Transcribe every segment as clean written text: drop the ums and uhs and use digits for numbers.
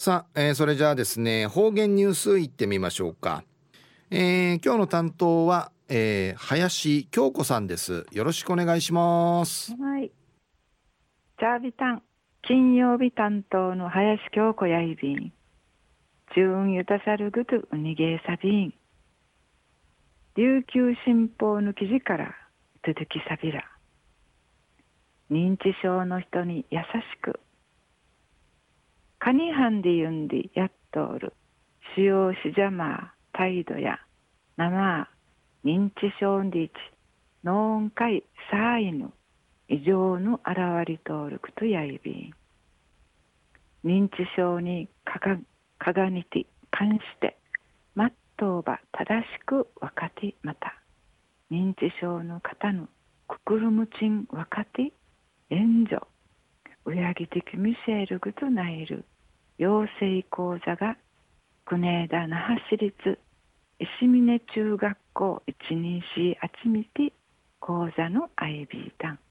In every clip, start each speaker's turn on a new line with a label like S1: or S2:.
S1: さあ、それじゃあですね、方言ニュースいってみましょうか。今日の担当は、林京子さんです。よろしくお願いします。
S2: はい。ジャービタン、金曜日担当の林京子やいびん。中運ゆたさるぐとうにげーさびん。琉球新報の記事から続きさびら。認知症の人に優しく。カニハンで言うんでやっとおる。使用しじゃま態度や生認知症にちノーンカイサーイヌ異常の現りとおるくとやいびん。認知症にかがにて関してまっとうば正しく分かってまた認知症の方のくくるむちん分かって援助うやぎてきみせるぐとないる養成講座が国枝那覇市立石峰中学校一人しあちみて講座のアイビータン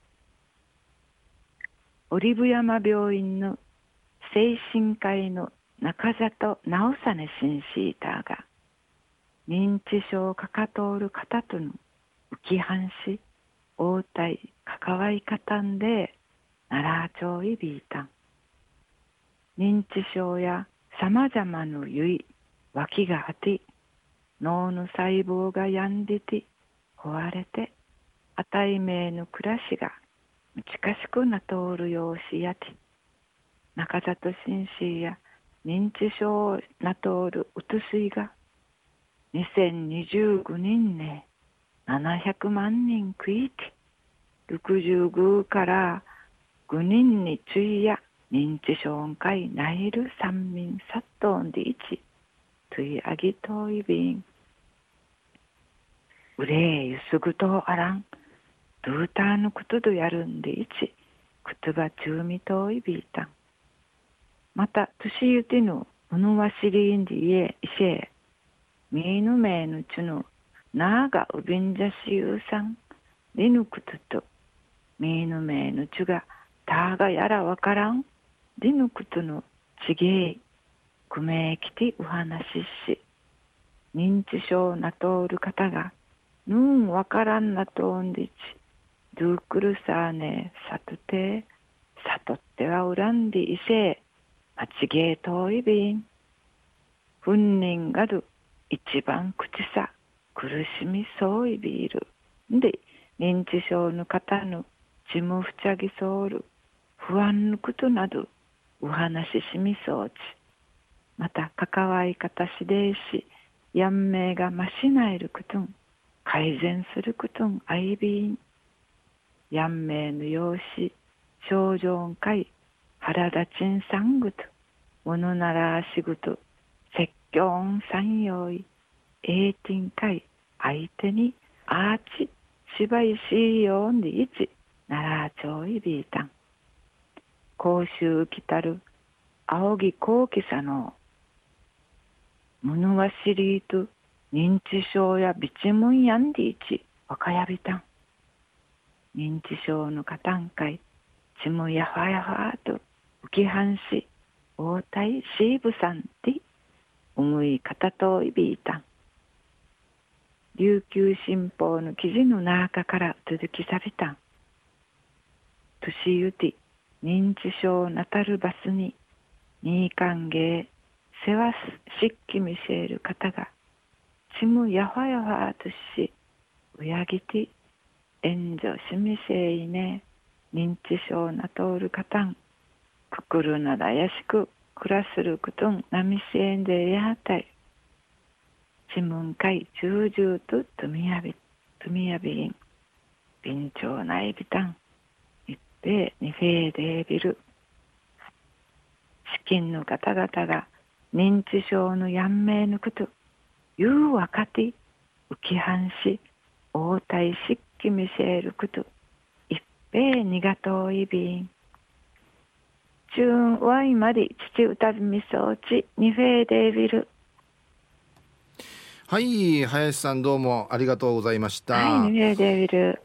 S2: オリブ山病院の精神科医の中里直実シンシーターが認知症かかとおる方との浮き半し応対関わり方んで奈良町いびいたん認知症やさまざまのゆい脇があて脳の細胞が病んでて壊れてあたいめの暮らしが近しくなとおるようしやて中里紳士や認知症なとおるうつすいが2025年ね700万人食いて65から5人についや認知症会ないる三民殺到で一ついあぎといびんうれゆすぐとあらんドゥーターのことどやるんで一くつば中みといびいたんまた年ゆてのうぬわしりんでいえいせえみいぬめいぬちのなあがうびんじゃしゆうさんりぬくつとみいぬめいぬちがたがやらわからんりぬくつのちげいくめいきてうはなしし認知症なとおる方がぬんわからんなとおんでちドゥークルサーネさとてさとっては恨んでいせえまちげえといびんふんにんがる一番口さ苦しみそういびるで認知症の方のちむふちゃぎそうる不安のことなどお話ししみそうちまた関わり方しでしやんめいがましないることん改善することんあいびんやんめいのようし症状んかい腹立ちんさんぐとものならあしぐと説教んさんよいえいてんかい相手にあーち芝居しいよんでいち奈良町いびいたん甲州来たる青木幸喜さのものはしりと認知症やビチムンやんでいち若やびたん認知症の方んかいちむやファやファと浮きはんし応対シーブさんで思い方といびいたん琉球新報の記事の中から続きさびたん年ゆて認知症なたるバスにに歓迎世話しっきみせる方がちむやファやファとしうやぎて援助しみせいね認知症なとおる方んくくるならやしく暮らすることんなみせんでやはたいちむんかいじゅうじゅうととみやびんびんちょうないびたんいっぺにフェーデービル資金の方々が認知症のやんめいぬことゆうわかて浮きはんし応対しっきみせることいっぺにがといびん中ワイまで父歌びみそうちにフェーデービル
S1: はい、林さんどうもありがとうございまし
S2: はいに
S1: た。
S2: フェーデービル